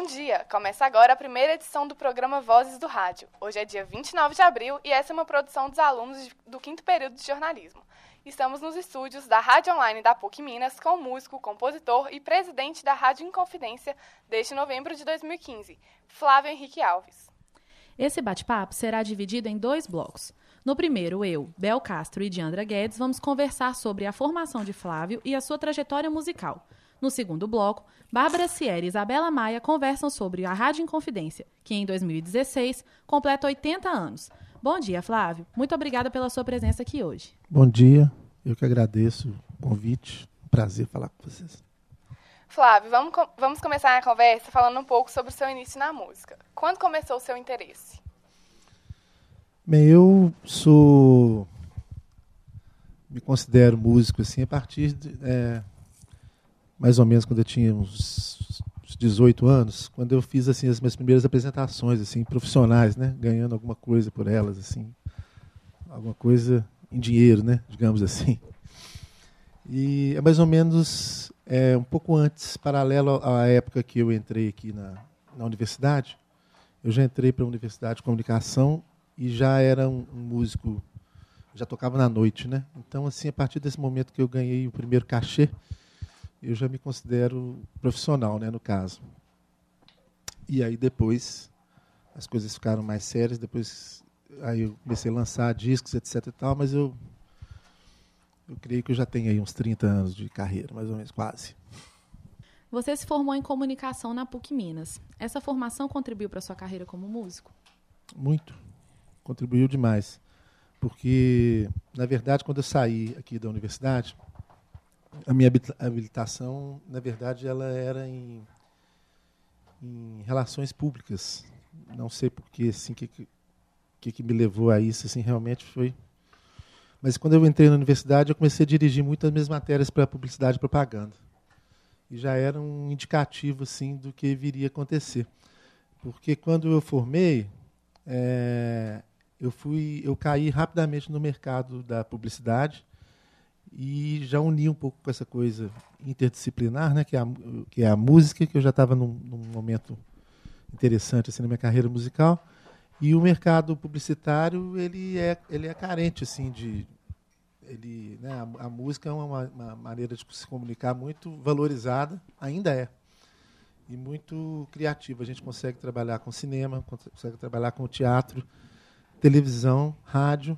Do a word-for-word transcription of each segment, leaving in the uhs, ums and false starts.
Bom dia! Começa agora a primeira edição do programa Vozes do Rádio. Hoje é dia vinte e nove de abril e essa é uma produção dos alunos do quinto período de jornalismo. Estamos nos estúdios da Rádio Online da PUC Minas com o músico, compositor e presidente da Rádio Inconfidência desde novembro de dois mil e quinze, Flávio Henrique Alves. Esse bate-papo será dividido em dois blocos. No primeiro, eu, Bel Castro e Diandra Guedes vamos conversar sobre a formação de Flávio e a sua trajetória musical. No segundo bloco, Bárbara Sierra e Isabela Maia conversam sobre a Rádio Inconfidência, que em dois mil e dezesseis completa oitenta anos. Bom dia, Flávio. Muito obrigada pela sua presença aqui hoje. Bom dia. Eu que agradeço o convite. Prazer falar com vocês. Flávio, vamos, vamos começar a conversa falando um pouco sobre o seu início na música. Quando começou o seu interesse? Bem, eu sou... me considero músico assim, a partir de... É, mais ou menos quando eu tinha uns dezoito anos, quando eu fiz assim, as minhas primeiras apresentações assim, profissionais, né? Ganhando alguma coisa por elas, assim, alguma coisa em dinheiro, né? Digamos assim. E é mais ou menos é, um pouco antes, paralelo à época que eu entrei aqui na, na universidade. Eu já entrei para a Universidade de Comunicação e já era um, um músico, já tocava na noite, né? Então, assim, a partir desse momento que eu ganhei o primeiro cachê, eu já me considero profissional, né, no caso. E aí depois as coisas ficaram mais sérias, depois aí eu comecei a lançar discos, etc e tal, mas eu eu creio que eu já tenho aí uns trinta anos de carreira, mais ou menos, quase. Você se formou em comunicação na PUC Minas. Essa formação contribuiu para a sua carreira como músico? Muito. Contribuiu demais. Porque, na verdade, quando eu saí aqui da universidade, a minha habilitação, na verdade, ela era em, em relações públicas. Não sei porquê, assim, que, que, que me levou a isso, assim, realmente foi... Mas quando eu entrei na universidade, eu comecei a dirigir muitas minhas matérias para publicidade e propaganda. E já era um indicativo, assim, do que viria a acontecer. Porque quando eu formei, é, eu, fui, eu caí rapidamente no mercado da publicidade, e já uni um pouco com essa coisa interdisciplinar, né, que, é a, que é a música, que eu já estava num, num momento interessante assim, na minha carreira musical, e o mercado publicitário ele é, ele é carente assim, de... Ele, né, a, a música é uma, uma maneira de se comunicar muito valorizada, ainda é, e muito criativa. A gente consegue trabalhar com cinema, consegue trabalhar com teatro, televisão, rádio,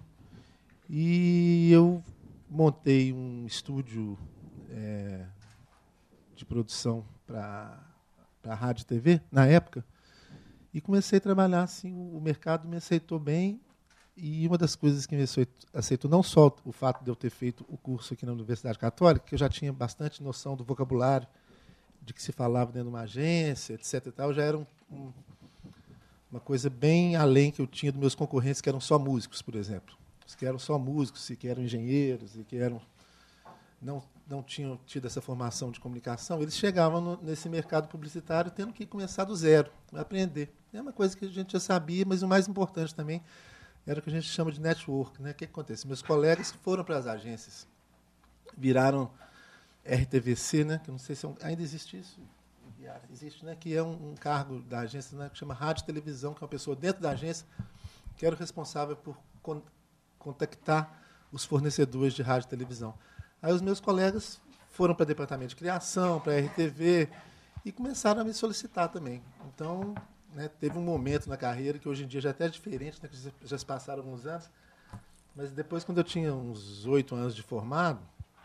e eu montei um estúdio é, de produção para a rádio e T V, na época, e comecei a trabalhar assim, o mercado me aceitou bem, e uma das coisas que me aceitou, não só o fato de eu ter feito o curso aqui na Universidade Católica, que eu já tinha bastante noção do vocabulário, de que se falava dentro de uma agência, etc e tal, já era um, um, uma coisa bem além que eu tinha dos meus concorrentes, que eram só músicos, por exemplo. Os que eram só músicos, e que eram engenheiros, e que eram, não, não tinham tido essa formação de comunicação, eles chegavam no, nesse mercado publicitário tendo que começar do zero, aprender. É uma coisa que a gente já sabia, mas o mais importante também era o que a gente chama de network. Né? O que acontece? Meus colegas foram para as agências, viraram R T V C, né? Que eu não sei se é um, ainda existe isso. Existe, né? Que é um, um cargo da agência, né? Que chama rádio e televisão, que é uma pessoa dentro da agência que era o responsável por con- contactar os fornecedores de rádio e televisão. Aí os meus colegas foram para o departamento de criação, para a R T V, e começaram a me solicitar também. Então, né, teve um momento na carreira que hoje em dia já é até diferente, né, que já se passaram alguns anos, mas depois, quando eu tinha uns oito anos de formado,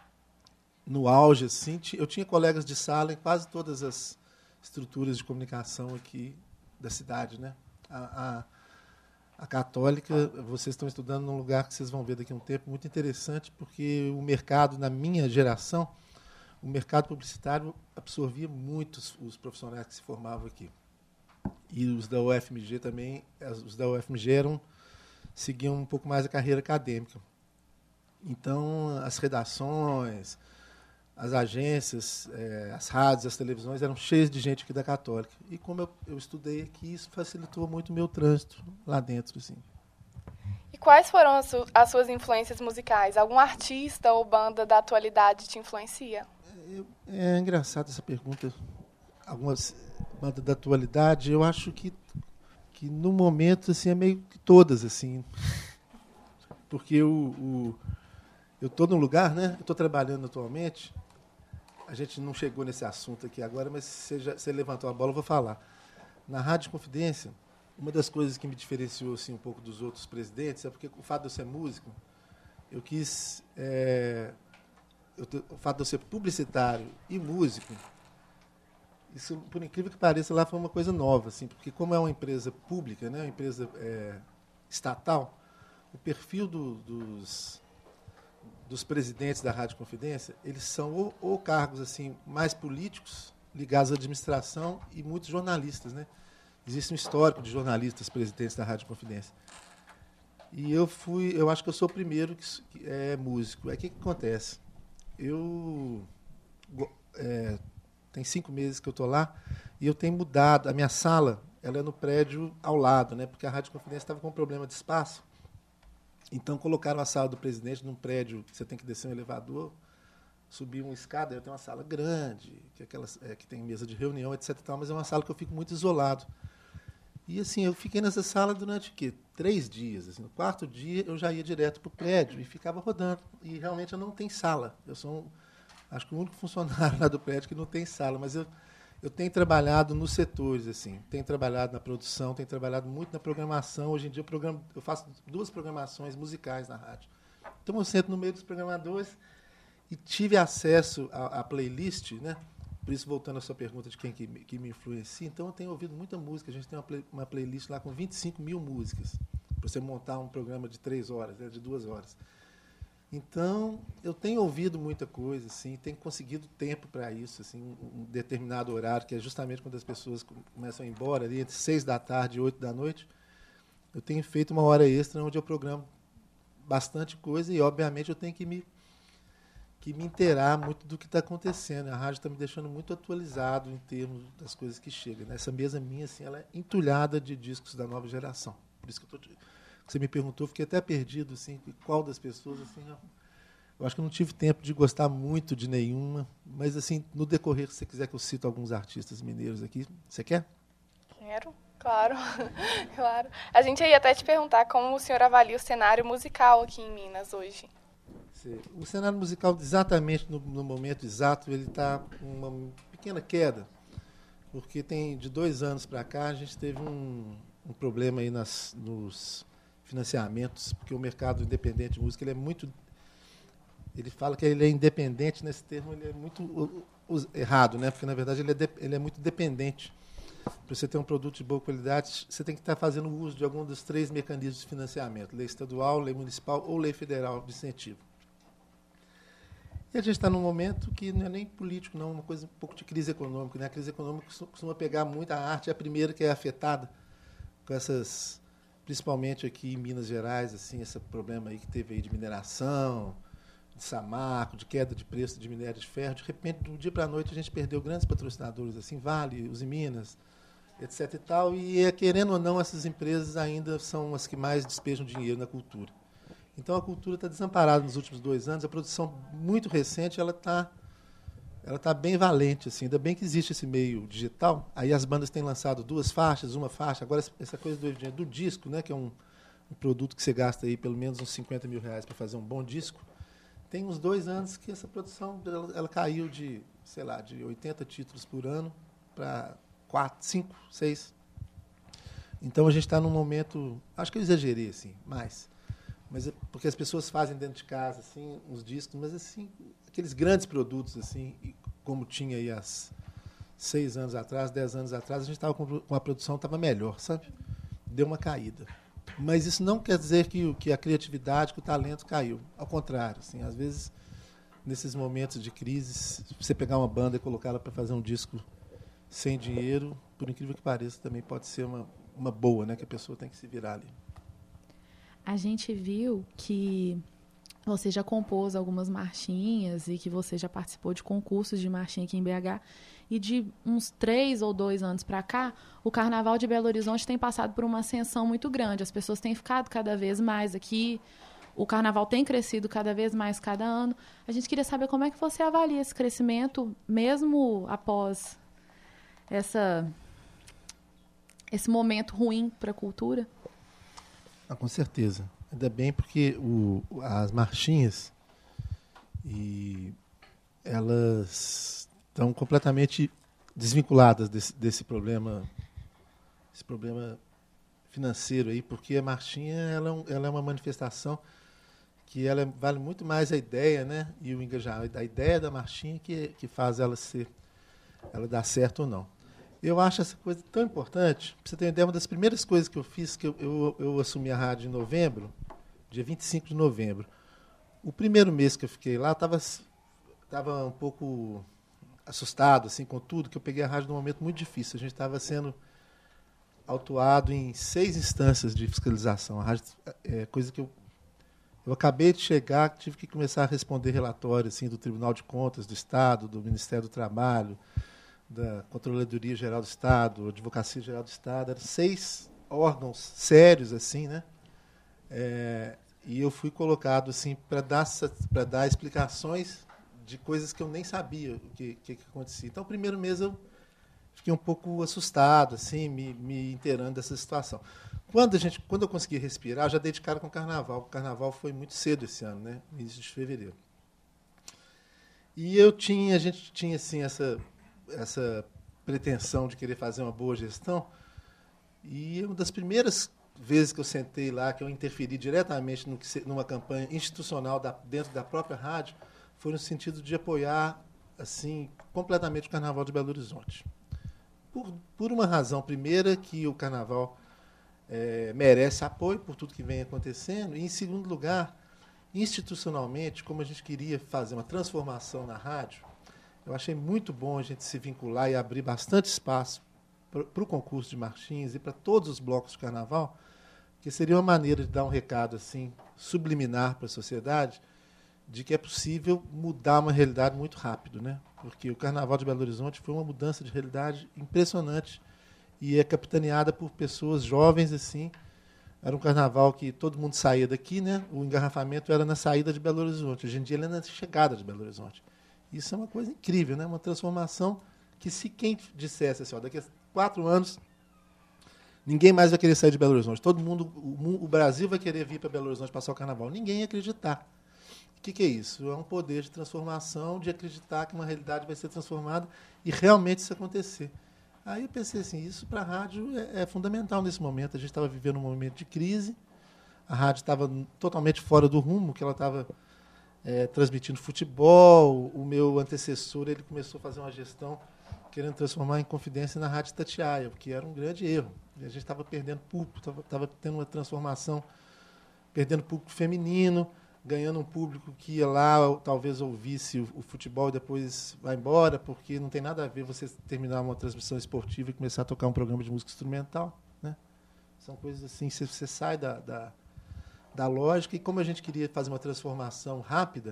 no auge, assim, eu tinha colegas de sala em quase todas as estruturas de comunicação aqui da cidade, né? A, a, A Católica, vocês estão estudando num lugar que vocês vão ver daqui a um tempo, muito interessante, porque o mercado, na minha geração, o mercado publicitário absorvia muitos os profissionais que se formavam aqui. E os da U F M G também, os da U F M G eram, seguiam um pouco mais a carreira acadêmica. Então, as redações, as agências, eh, as rádios, as televisões eram cheias de gente aqui da Católica. E como eu, eu estudei aqui, isso facilitou muito o meu trânsito lá dentro. Assim. E quais foram as, su- as suas influências musicais? Algum artista ou banda da atualidade te influencia? É, é engraçado essa pergunta. Algumas, banda da atualidade, eu acho que, que no momento assim, é meio que todas. Assim, porque eu o, estou num lugar, né? Eu estou trabalhando atualmente. A gente não chegou nesse assunto aqui agora, mas você, já, você levantou a bola, eu vou falar. Na Rádio Confidência, uma das coisas que me diferenciou assim, um pouco dos outros presidentes é porque o fato de eu ser músico, eu quis... É, eu, o fato de eu ser publicitário e músico, isso, por incrível que pareça, lá foi uma coisa nova, assim, porque como é uma empresa pública, né, uma empresa é, estatal, o perfil do, dos... dos presidentes da Rádio Confidência, eles são ou, ou cargos assim mais políticos, ligados à administração, e muitos jornalistas, né? Existe um histórico de jornalistas presidentes da Rádio Confidência. E eu fui, eu acho que eu sou o primeiro que, que é músico. Aí o que, que acontece? Eu é, tem cinco meses que eu estou lá e eu tenho mudado. A minha sala, ela é no prédio ao lado, né? Porque a Rádio Confidência estava com um problema de espaço. Então, colocaram a sala do presidente num prédio que você tem que descer um elevador, subir uma escada. Eu tenho uma sala grande, que, é aquelas, é, que tem mesa de reunião, etcétera. Tal, mas é uma sala que eu fico muito isolado. E, assim, eu fiquei nessa sala durante, o quê? Três dias. Assim, no quarto dia, eu já ia direto para o prédio e ficava rodando. E, realmente, eu não tenho sala. Eu sou, um, acho que, o único funcionário lá do prédio que não tem sala. Mas eu, eu tenho trabalhado nos setores, assim. Tenho trabalhado na produção, tenho trabalhado muito na programação. Hoje em dia eu, programo, eu faço duas programações musicais na rádio. Então eu sento no meio dos programadores e tive acesso à, à playlist, né? Por isso, voltando à sua pergunta de quem que, que me influencia, então eu tenho ouvido muita música. A gente tem uma, play, uma playlist lá com vinte e cinco mil músicas, para você montar um programa de três horas, né? De duas horas. Então, eu tenho ouvido muita coisa, assim, tenho conseguido tempo para isso, assim, um determinado horário, que é justamente quando as pessoas começam a ir embora, ali entre seis da tarde e oito da noite, eu tenho feito uma hora extra onde eu programo bastante coisa e, obviamente, eu tenho que me, que me inteirar muito do que está acontecendo. A rádio está me deixando muito atualizado em termos das coisas que chegam. Essa mesa minha, assim, ela é entulhada de discos da nova geração. Por isso que eu estou... Você me perguntou, fiquei até perdido, assim, qual das pessoas, assim, eu, eu acho que eu não tive tempo de gostar muito de nenhuma, mas, assim, no decorrer, se você quiser que eu cite alguns artistas mineiros aqui, você quer? Quero, claro, claro. A gente ia até te perguntar como o senhor avalia o cenário musical aqui em Minas hoje. O cenário musical, exatamente no, no momento exato, ele está com uma pequena queda, porque tem de dois anos para cá a gente teve um, um problema aí nas, nos financiamentos, porque o mercado independente de música ele é muito... Ele fala que ele é independente, nesse termo ele é muito uh, uh, errado, né? Porque, na verdade, ele é, de, ele é muito dependente. Para você ter um produto de boa qualidade, você tem que estar fazendo uso de algum dos três mecanismos de financiamento, lei estadual, lei municipal ou lei federal de incentivo. E a gente está num momento que não é nem político, não, é uma coisa um pouco de crise econômica. Né? A crise econômica costuma pegar muito, a arte é a primeira que é afetada com essas... Principalmente aqui em Minas Gerais, assim, esse problema aí que teve aí de mineração, de Samarco, de queda de preço de minério de ferro. De repente, do dia para a noite, a gente perdeu grandes patrocinadores, assim, Vale, Uzi Minas, etcétera e tal. E, querendo ou não, essas empresas ainda são as que mais despejam dinheiro na cultura. Então, a cultura está desamparada nos últimos dois anos. A produção muito recente ela está ela tá bem valente. Assim. Ainda bem que existe esse meio digital. Aí as bandas têm lançado duas faixas, uma faixa. Agora, essa coisa do, do disco, né, que é um, um produto que você gasta aí pelo menos uns cinquenta mil reais para fazer um bom disco, tem uns dois anos que essa produção ela, ela caiu de, sei lá, de oitenta títulos por ano para quatro, cinco, seis. Então, a gente está num momento... Acho que eu exagerei, assim, mais... Mas é porque as pessoas fazem dentro de casa assim uns discos, mas assim aqueles grandes produtos assim, como tinha aí há seis anos atrás, dez anos atrás, a gente estava com uma produção estava melhor, sabe? Deu uma caída. Mas isso não quer dizer que que a criatividade, que o talento caiu. Ao contrário, assim, às vezes nesses momentos de crise, você pegar uma banda e colocá-la para fazer um disco sem dinheiro, por incrível que pareça, também pode ser uma uma boa, né? Que a pessoa tem que se virar ali. A gente viu que você já compôs algumas marchinhas e que você já participou de concursos de marchinha aqui em B H. E de uns três ou dois anos para cá, o Carnaval de Belo Horizonte tem passado por uma ascensão muito grande. As pessoas têm ficado cada vez mais aqui. O Carnaval tem crescido cada vez mais cada ano. A gente queria saber como é que você avalia esse crescimento, mesmo após essa esse momento ruim para a cultura? Ah, com certeza. Ainda bem porque o, as marchinhas, e elas estão completamente desvinculadas desse, desse problema, esse problema financeiro aí, porque a marchinha ela é, um, ela é uma manifestação que ela vale muito mais a ideia, né, e o engajamento, a ideia da marchinha que, que faz ela ser, ela dar certo ou não. Eu acho essa coisa tão importante. Pra você ter uma ideia, uma das primeiras coisas que eu fiz, que eu, eu, eu assumi a rádio em novembro, dia vinte e cinco de novembro. O primeiro mês que eu fiquei lá, estava estava um pouco assustado assim, com tudo, que eu peguei a rádio num momento muito difícil. A gente estava sendo autuado em seis instâncias de fiscalização. A rádio, é coisa que eu, eu acabei de chegar, tive que começar a responder relatórios assim, do Tribunal de Contas do Estado, do Ministério do Trabalho, da Controladoria Geral do Estado, Advocacia Geral do Estado. Eram seis órgãos sérios, assim, né? É, e eu fui colocado assim, para dar, para dar explicações de coisas que eu nem sabia o que, que, que acontecia. Então, o primeiro mês eu fiquei um pouco assustado, assim, me, me inteirando dessa situação. Quando, a gente, quando eu consegui respirar, eu já dei de cara com o Carnaval. O Carnaval foi muito cedo esse ano, né? Início de fevereiro. E eu tinha, a gente tinha assim, essa, essa pretensão de querer fazer uma boa gestão. E uma das primeiras vezes que eu sentei lá, que eu interferi diretamente no que, numa campanha institucional da, dentro da própria rádio, foi no sentido de apoiar assim completamente o Carnaval de Belo Horizonte. Por, por uma razão, primeira, que o Carnaval é, merece apoio por tudo que vem acontecendo, e, em segundo lugar, institucionalmente, como a gente queria fazer uma transformação na rádio, eu achei muito bom a gente se vincular e abrir bastante espaço para o concurso de marchinhas e para todos os blocos de Carnaval, que seria uma maneira de dar um recado assim subliminar para a sociedade de que é possível mudar uma realidade muito rápido, né? Porque o Carnaval de Belo Horizonte foi uma mudança de realidade impressionante e é capitaneada por pessoas jovens assim. Era um carnaval que todo mundo saía daqui, né? O engarrafamento era na saída de Belo Horizonte. Hoje em dia ele é na chegada de Belo Horizonte. Isso é uma coisa incrível, né? Uma transformação que, se quem dissesse assim, ó, daqui a quatro anos ninguém mais vai querer sair de Belo Horizonte, todo mundo, o, o Brasil vai querer vir para Belo Horizonte passar o Carnaval, ninguém ia acreditar. O que, que é isso? É um poder de transformação, de acreditar que uma realidade vai ser transformada e realmente isso acontecer. Aí eu pensei assim, isso para a rádio é, é fundamental nesse momento. A gente estava vivendo um momento de crise, a rádio estava totalmente fora do rumo, que ela estava é, transmitindo futebol. O meu antecessor ele começou a fazer uma gestão querendo transformar em Confidência na Rádio Itatiaia, que era um grande erro. E a gente estava perdendo público, estava tendo uma transformação, perdendo público feminino, ganhando um público que ia lá, talvez ouvisse o, o futebol e depois vai embora, porque não tem nada a ver você terminar uma transmissão esportiva e começar a tocar um programa de música instrumental, né? São coisas assim, você, você sai da, da, da lógica, e como a gente queria fazer uma transformação rápida,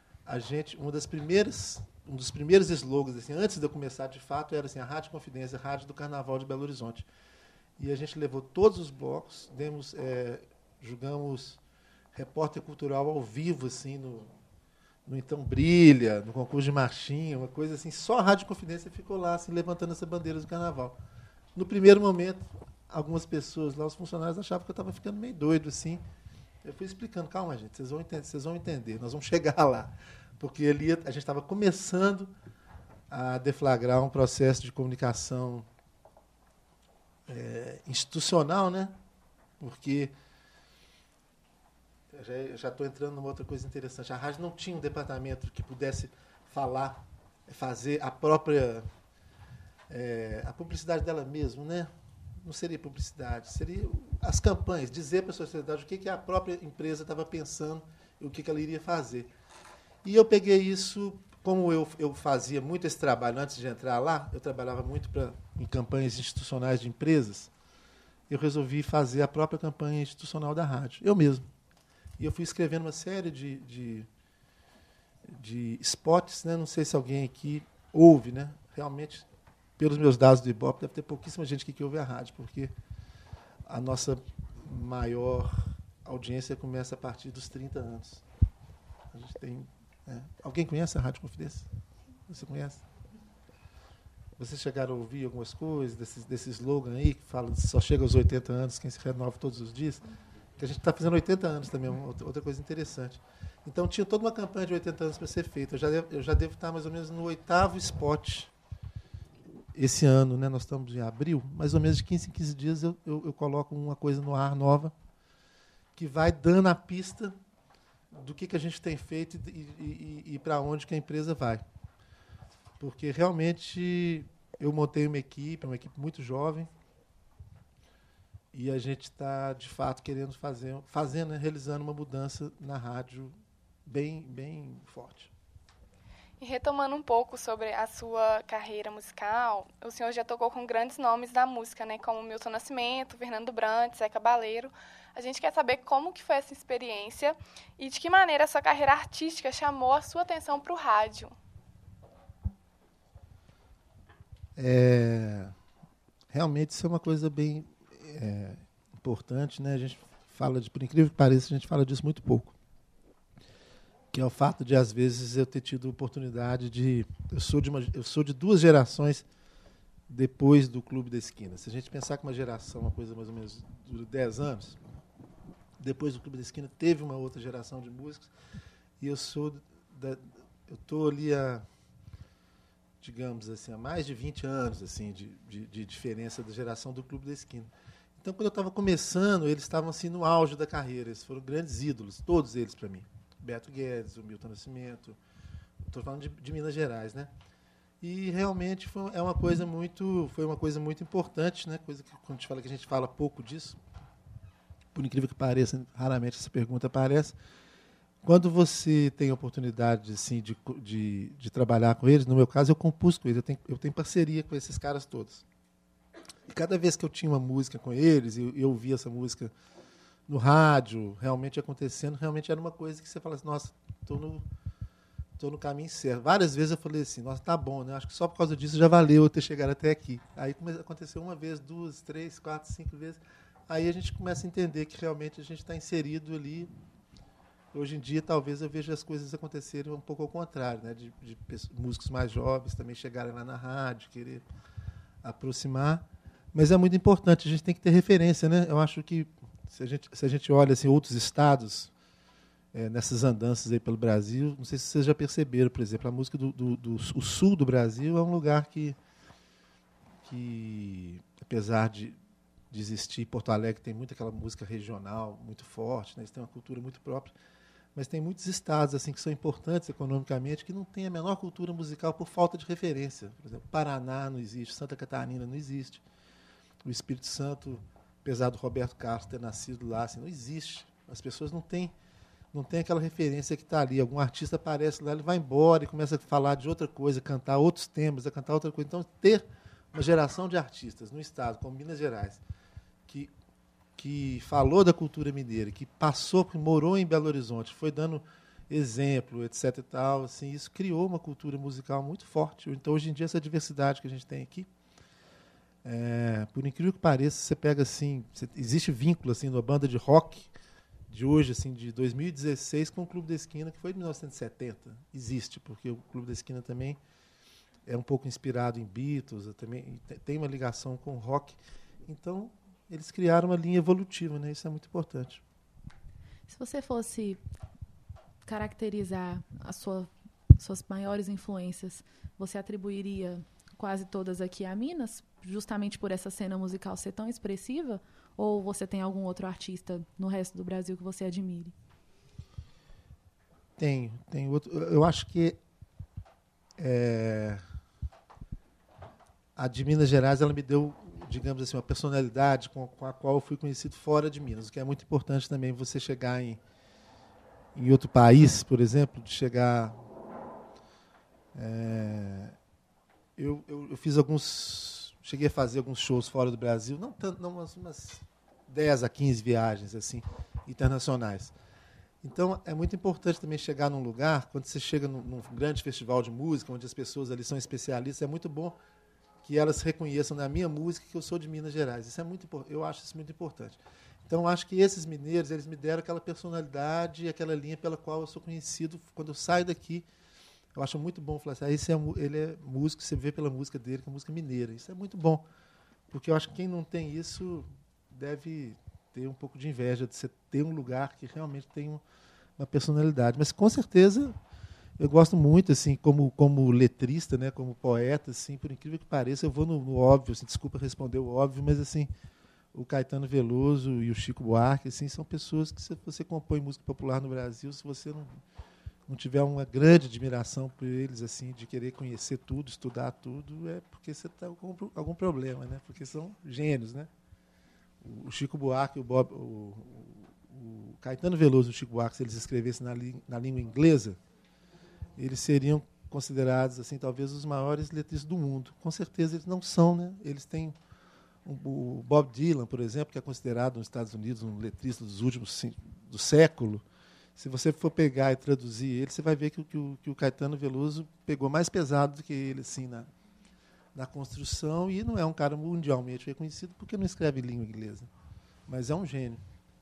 a gente, uma das primeiras, um dos primeiros slogans, assim, antes de eu começar de fato, era assim, a Rádio Confidência, a Rádio do Carnaval de Belo Horizonte. E a gente levou todos os blocos, demos, é, julgamos repórter cultural ao vivo, assim, no, no Então Brilha, no concurso de marchinha, uma coisa assim, só a Rádio Confidência ficou lá, assim, levantando essa bandeira do Carnaval. No primeiro momento, algumas pessoas lá, os funcionários, achavam que eu estava ficando meio doido, assim. Eu fui explicando, calma, gente, vocês vão entender, vocês vão entender, nós vamos chegar lá. Porque ali a gente estava começando a deflagrar um processo de comunicação é, institucional, né? Porque eu já estou entrando numa outra coisa interessante. A rádio não tinha um departamento que pudesse falar, fazer a própria é, a publicidade dela mesma, né? Não seria publicidade, seria as campanhas, dizer para a sociedade o que, que a própria empresa estava pensando e o que, que ela iria fazer. E eu peguei isso, como eu, eu fazia muito esse trabalho antes de entrar lá, eu trabalhava muito pra, em campanhas institucionais de empresas, eu resolvi fazer a própria campanha institucional da rádio, eu mesmo. E eu fui escrevendo uma série de, de, de spots, né? Não sei se alguém aqui ouve, né? Realmente, pelos meus dados do Ibope, deve ter pouquíssima gente aqui que ouve a rádio, porque a nossa maior audiência começa a partir dos trinta anos. A gente tem... É. Alguém conhece a Rádio Confidência? Você conhece? vocês chegaram a ouvir algumas coisas desse, desse slogan aí, que fala que só chega aos oitenta anos quem se renova todos os dias? Que a gente está fazendo oitenta anos também, uma outra coisa interessante. Então, tinha toda uma campanha de oitenta anos para ser feita. Eu já, devo, eu já devo estar mais ou menos no oitavo spot esse ano, né? Nós estamos em abril, mais ou menos de quinze em quinze dias eu, eu, eu coloco uma coisa no ar nova, que vai dando a pista do que, que a gente tem feito e, e, e, e para onde que a empresa vai. Porque realmente eu montei uma equipe, uma equipe muito jovem, e a gente está, de fato, querendo fazer, fazendo, né, realizando uma mudança na rádio bem, bem forte. E retomando um pouco sobre a sua carreira musical, o senhor já tocou com grandes nomes da música, né, como Milton Nascimento, Fernando Brant, Zé Cabaleiro. A gente quer saber como que foi essa experiência e de que maneira a sua carreira artística chamou a sua atenção para o rádio. É, realmente isso é uma coisa bem é, importante, né? A gente fala de, por incrível que pareça, a gente fala disso muito pouco. Que é o fato de, às vezes, eu ter tido oportunidade de... Eu sou de, uma, eu sou de duas gerações depois do Clube da Esquina. Se a gente pensar que uma geração, uma coisa mais ou menos dura dez anos, depois do Clube da Esquina teve uma outra geração de músicos, e eu sou da, eu estou ali há, digamos assim, há mais de vinte anos assim, de, de, de diferença da geração do Clube da Esquina. Então, quando eu estava começando, eles estavam assim, no auge da carreira, eles foram grandes ídolos, todos eles para mim. Beto Guedes, o Milton Nascimento, estou falando de, de Minas Gerais, né? E realmente foi, é uma coisa muito, foi uma coisa muito importante, né? Coisa que quando a gente fala que a gente fala pouco disso, por incrível que pareça, raramente essa pergunta aparece. Quando você tem a oportunidade assim, de, de, de trabalhar com eles, no meu caso eu compus com eles, eu tenho, eu tenho parceria com esses caras todos. E cada vez que eu tinha uma música com eles, e eu, eu ouvia essa música no rádio, realmente acontecendo, realmente era uma coisa que você fala assim, nossa, estou no, tô no caminho certo. Várias vezes eu falei assim, nossa, tá bom, né? Acho que só por causa disso já valeu eu ter chegado até aqui. Aí aconteceu uma vez, duas, três, quatro, cinco vezes. Aí a gente começa a entender que realmente a gente está inserido ali. Hoje em dia, talvez eu veja as coisas acontecerem um pouco ao contrário, né? De, de músicos mais jovens também chegarem lá na rádio, querer aproximar. Mas é muito importante, a gente tem que ter referência, né? Eu acho que Se a gente, se a gente olha assim, outros estados, é, nessas andanças aí pelo Brasil, não sei se vocês já perceberam, por exemplo, a música do, do, do o sul do Brasil é um lugar que, que apesar de, de existir, Porto Alegre tem muita aquela música regional muito forte, né, eles têm uma cultura muito própria, mas tem muitos estados assim que são importantes economicamente que não têm a menor cultura musical por falta de referência. Por exemplo, Paraná não existe, Santa Catarina não existe, o Espírito Santo, apesar do Roberto Carlos ter nascido lá, assim, não existe. As pessoas não têm, não têm aquela referência que está ali. Algum artista aparece lá, ele vai embora e começa a falar de outra coisa, cantar outros temas, a cantar outra coisa. Então, ter uma geração de artistas no estado, como Minas Gerais, que, que falou da cultura mineira, que passou, que morou em Belo Horizonte, foi dando exemplo, etc e tal, assim, isso criou uma cultura musical muito forte. Então, hoje em dia, essa diversidade que a gente tem aqui, É, por incrível que pareça, você pega assim, você, existe vínculo assim numa banda de rock de hoje, assim, de dois mil e dezesseis, com o Clube da Esquina, que foi de mil novecentos e setenta. Existe, porque o Clube da Esquina também é um pouco inspirado em Beatles, também tem uma ligação com o rock. Então, eles criaram uma linha evolutiva, né? Isso é muito importante. Se você fosse caracterizar as sua, suas maiores influências, você atribuiria quase todas aqui a Minas, justamente por essa cena musical ser tão expressiva? Ou você tem algum outro artista no resto do Brasil que você admire? Tenho, tenho outro. Eu acho que é, a de Minas Gerais ela me deu, digamos assim, uma personalidade com, com a qual eu fui conhecido fora de Minas, o que é muito importante também você chegar em, em outro país, por exemplo, de chegar... É, eu, eu, eu fiz alguns... Cheguei a fazer alguns shows fora do Brasil, não tanto, não, umas, umas dez a quinze viagens assim, internacionais. Então, é muito importante também chegar num lugar, quando você chega num, num grande festival de música, onde as pessoas ali são especialistas, é muito bom que elas reconheçam na minha música que eu sou de Minas Gerais. Isso é muito, eu acho isso muito importante. Então, acho que esses mineiros, eles me deram aquela personalidade, aquela linha pela qual eu sou conhecido. Quando eu saio daqui, Eu acho muito bom falar assim, ah, esse é, ele é músico, você vê pela música dele, que é música mineira. Isso é muito bom, porque eu acho que quem não tem isso deve ter um pouco de inveja de você ter um lugar que realmente tem um, uma personalidade. Mas, com certeza, eu gosto muito, assim, como, como letrista, né, como poeta, assim, por incrível que pareça, eu vou no, no óbvio, assim, desculpa responder o óbvio, mas, assim, o Caetano Veloso e o Chico Buarque, assim, são pessoas que, se você compõe música popular no Brasil, se você não... não tiver uma grande admiração por eles, assim, de querer conhecer tudo, estudar tudo, é porque você está com algum problema, né? Porque são gênios, né? O Chico Buarque, o, Bob, o, o Caetano Veloso e o Chico Buarque, se eles escrevessem na, na língua inglesa, eles seriam considerados, assim, talvez os maiores letristas do mundo. Com certeza eles não são, né? Eles têm um, o Bob Dylan, por exemplo, que é considerado nos Estados Unidos um letrista dos últimos do século. Se você for pegar e traduzir ele, você vai ver que, que, o, que o Caetano Veloso pegou mais pesado do que ele, assim, na, na construção, e não é um cara mundialmente reconhecido porque não escreve língua inglesa. Mas é um gênio.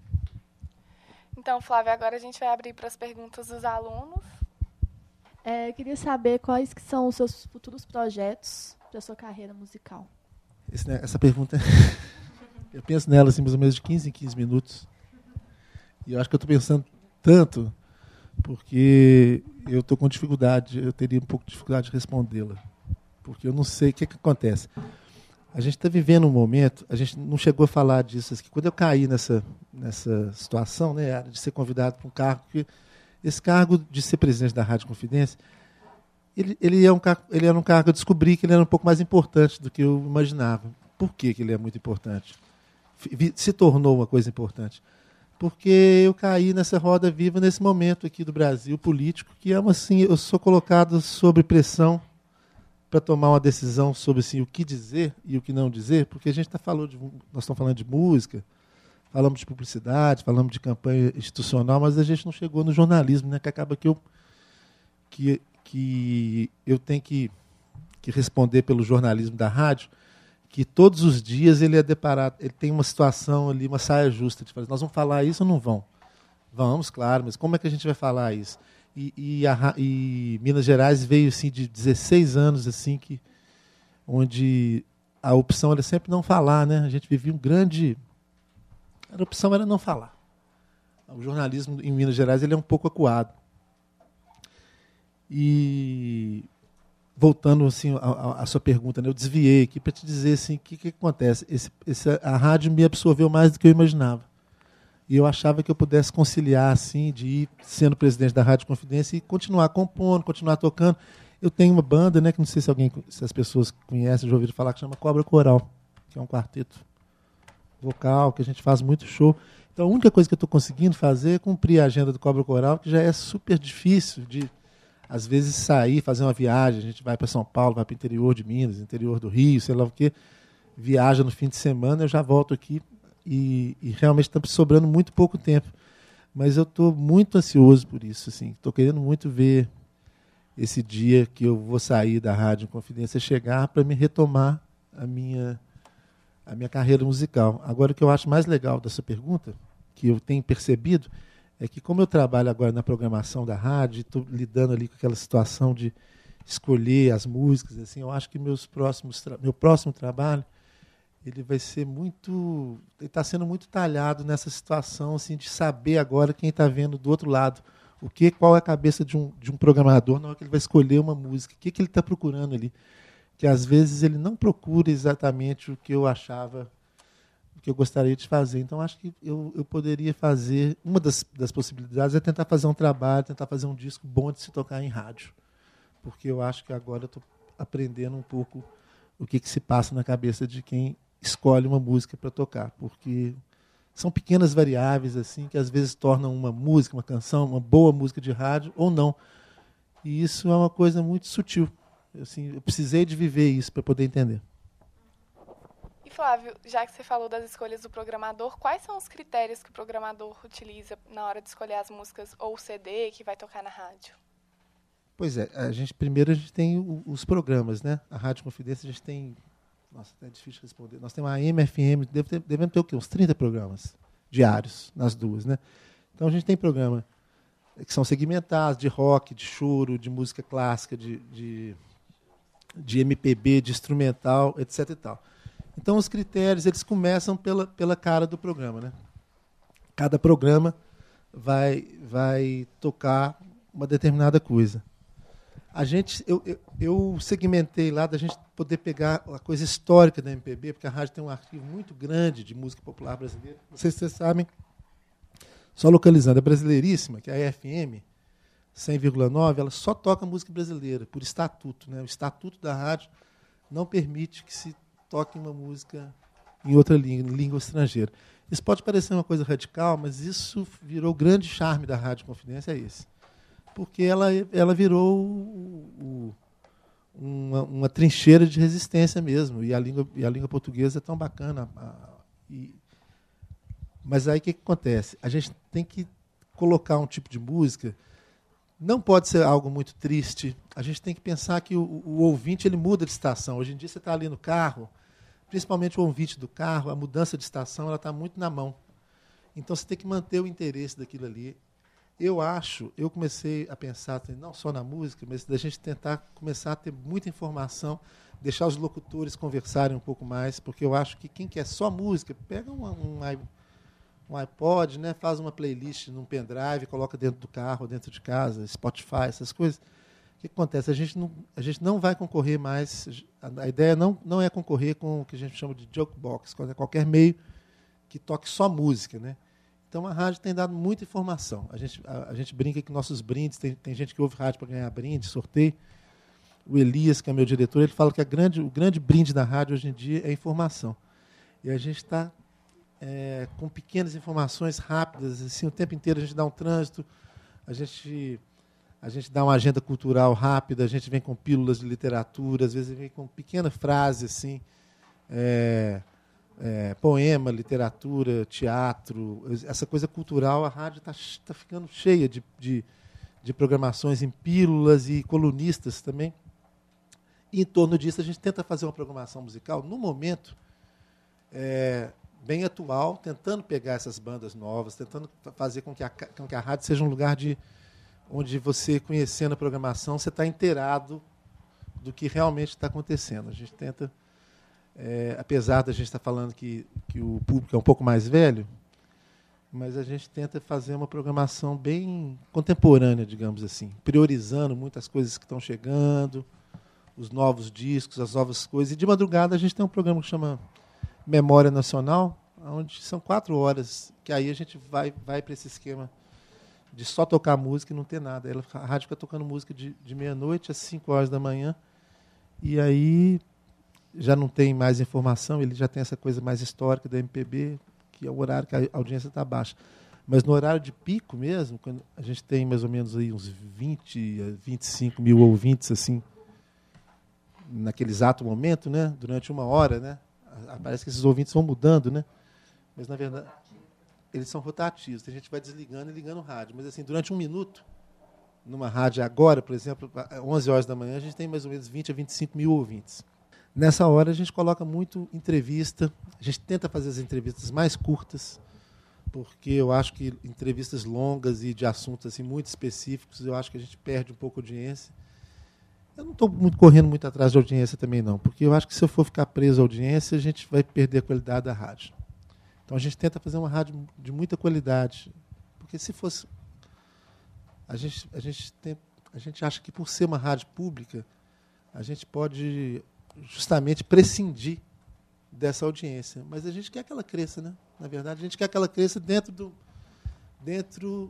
Então, Flávia, agora a gente vai abrir para as perguntas dos alunos. É, eu queria saber quais que são os seus futuros projetos para a sua carreira musical. Esse, né, essa pergunta, eu penso nela assim, mais ou menos de quinze em quinze minutos. E eu acho que eu estou pensando tanto, porque eu estou com dificuldade, eu teria um pouco de dificuldade de respondê-la. Porque eu não sei o que, que acontece. A gente está vivendo um momento, a gente não chegou a falar disso aqui. Quando eu caí nessa, nessa situação, né, de ser convidado para um cargo, que esse cargo de ser presidente da Rádio Confidência, ele, ele, é um, ele era um cargo, eu descobri que ele era um pouco mais importante do que eu imaginava. Por que, que ele é muito importante? Se tornou uma coisa importante. Porque eu caí nessa roda viva nesse momento aqui do Brasil político, que é uma, assim, eu sou colocado sob pressão para tomar uma decisão sobre assim, o que dizer e o que não dizer, porque a gente está falando de, nós estamos falando de música, falamos de publicidade, falamos de campanha institucional, mas a gente não chegou no jornalismo, né? Que acaba que eu que, que eu tenho que, que responder pelo jornalismo da rádio, que todos os dias ele é deparado, ele tem uma situação ali, uma saia justa de falar, nós vamos falar isso ou não vão? Vamos, claro, mas como é que a gente vai falar isso? E, e, a, e Minas Gerais veio assim, de dezesseis anos, assim, que, onde a opção era sempre não falar, né? A gente vivia um grande... A opção era não falar. O jornalismo em Minas Gerais ele é um pouco acuado. E, voltando assim, à sua pergunta, né? Eu desviei aqui para te dizer assim, o que, que acontece. Esse, esse, a rádio me absorveu mais do que eu imaginava. E eu achava que eu pudesse conciliar, assim, de ir sendo presidente da Rádio Confidência e continuar compondo, continuar tocando. Eu tenho uma banda, né, que não sei se alguém, se as pessoas conhecem, já ouviram falar, que chama Cobra Coral, que é um quarteto vocal, que a gente faz muito show. Então a única coisa que eu estou conseguindo fazer é cumprir a agenda do Cobra Coral, que já é super difícil de, às vezes, sair, fazer uma viagem. A gente vai para São Paulo, vai para o interior de Minas, interior do Rio, sei lá o quê, viaja no fim de semana, eu já volto aqui. E, e realmente está sobrando muito pouco tempo. Mas eu estou muito ansioso por isso. Estou querendo muito ver esse dia que eu vou sair da Rádio Confidência chegar para me retomar a minha, a minha carreira musical. Agora, o que eu acho mais legal dessa pergunta, que eu tenho percebido, é que como eu trabalho agora na programação da rádio, estou lidando ali com aquela situação de escolher as músicas, assim, eu acho que meus próximos tra- meu próximo trabalho ele vai ser muito, ele está sendo muito talhado nessa situação assim, de saber agora quem está vendo do outro lado, o que, qual é a cabeça de um, de um programador na hora que ele vai escolher uma música, o que, que ele está procurando ali, que às vezes ele não procura exatamente o que eu achava, o que eu gostaria de fazer. Então acho que eu, eu poderia fazer, uma das, das possibilidades é tentar fazer um trabalho, tentar fazer um disco bom de se tocar em rádio, porque eu acho que agora eu estou aprendendo um pouco o que, que se passa na cabeça de quem escolhe uma música para tocar, porque são pequenas variáveis assim que às vezes tornam uma música, uma canção, uma boa música de rádio ou não. E isso é uma coisa muito sutil. Assim, eu precisei de viver isso para poder entender. E Flávio, já que você falou das escolhas do programador, quais são os critérios que o programador utiliza na hora de escolher as músicas ou o C D que vai tocar na rádio? Pois é, a gente primeiro a gente tem o, os programas, né? A Rádio Confidência a gente tem, nossa, é difícil responder. Nós temos a A M, F M, deve ter, devemos ter o quê? Uns trinta programas diários nas duas, né? Então a gente tem programa que são segmentadas, de rock, de choro, de música clássica, de, de, de M P B, de instrumental, etc. E tal. Então, os critérios eles começam pela, pela cara do programa, né? Cada programa vai, vai tocar uma determinada coisa. A gente, eu, eu, eu segmentei lá da gente poder pegar a coisa histórica da M P B, porque a rádio tem um arquivo muito grande de música popular brasileira. Não sei se vocês sabem, só localizando, a Brasileiríssima, que é a F M cem vírgula nove, ela só toca música brasileira, por estatuto, né? O estatuto da rádio não permite que se toque uma música em outra língua, língua estrangeira. Isso pode parecer uma coisa radical, mas isso virou o grande charme da Rádio Confidência, é esse. Porque ela, ela virou o, o, uma, uma trincheira de resistência mesmo, e a língua, e a língua portuguesa é tão bacana. A, e, mas aí o que, que acontece? A gente tem que colocar um tipo de música, não pode ser algo muito triste, a gente tem que pensar que o, o ouvinte ele muda de estação. Hoje em dia você está ali no carro, principalmente o ouvinte do carro, a mudança de estação ela está muito na mão. Então você tem que manter o interesse daquilo ali. Eu acho, eu comecei a pensar não só na música, mas da gente tentar começar a ter muita informação, deixar os locutores conversarem um pouco mais, porque eu acho que quem quer só música, pega um, um, um iPod, né, faz uma playlist num pendrive, coloca dentro do carro, dentro de casa, Spotify, essas coisas. O que acontece? A gente não, a gente não vai concorrer mais, a, a ideia não, não é concorrer com o que a gente chama de jukebox, qualquer meio que toque só música, né? Então, a rádio tem dado muita informação. A gente, a, a gente brinca que nossos brindes, tem, tem gente que ouve rádio para ganhar brinde, sorteio. O Elias, que é meu diretor, ele fala que a grande, o grande brinde da rádio hoje em dia é informação. E a gente está é, com pequenas informações rápidas, assim, o tempo inteiro a gente dá um trânsito, a gente, a gente dá uma agenda cultural rápida, a gente vem com pílulas de literatura, às vezes vem com pequena frase, assim, é, É, poema, literatura, teatro, essa coisa cultural, a rádio está tá ficando cheia de, de, de programações em pílulas e colunistas também. E em torno disso a gente tenta fazer uma programação musical, no momento, é, bem atual, tentando pegar essas bandas novas, tentando fazer com que a, com que a rádio seja um lugar de, onde você, conhecendo a programação, você está inteirado do que realmente está acontecendo. A gente tenta... É, apesar da gente estar falando que, que o público é um pouco mais velho, mas a gente tenta fazer uma programação bem contemporânea, digamos assim, priorizando muitas coisas que estão chegando, os novos discos, as novas coisas. E de madrugada a gente tem um programa que chama Memória Nacional, onde são quatro horas, que aí a gente vai, vai para esse esquema de só tocar música e não ter nada. A rádio fica tocando música de, de meia-noite às cinco horas da manhã, e aí... já não tem mais informação, ele já tem essa coisa mais histórica da M P B, que é o horário que a audiência está baixa. Mas no horário de pico mesmo, quando a gente tem mais ou menos aí uns vinte a vinte e cinco mil ouvintes, assim, naquele exato momento, né, durante uma hora, né, parece que esses ouvintes vão mudando, né, mas na verdade eles são rotativos, a gente vai desligando e ligando o rádio, mas assim, durante um minuto, numa rádio agora, por exemplo, às onze horas da manhã, a gente tem mais ou menos vinte a vinte e cinco mil ouvintes. Nessa hora a gente coloca muito entrevista, a gente tenta fazer as entrevistas mais curtas, porque eu acho que entrevistas longas e de assuntos assim, muito específicos, eu acho que a gente perde um pouco a audiência. Eu não estou muito correndo muito atrás de audiência também não, porque eu acho que se eu for ficar preso à audiência, a gente vai perder a qualidade da rádio. Então a gente tenta fazer uma rádio de muita qualidade, porque se fosse... A gente, a gente, tem, a gente acha que por ser uma rádio pública, a gente pode... justamente prescindir dessa audiência. Mas a gente quer que ela cresça, né? Na verdade, a gente quer que ela cresça dentro do... dentro,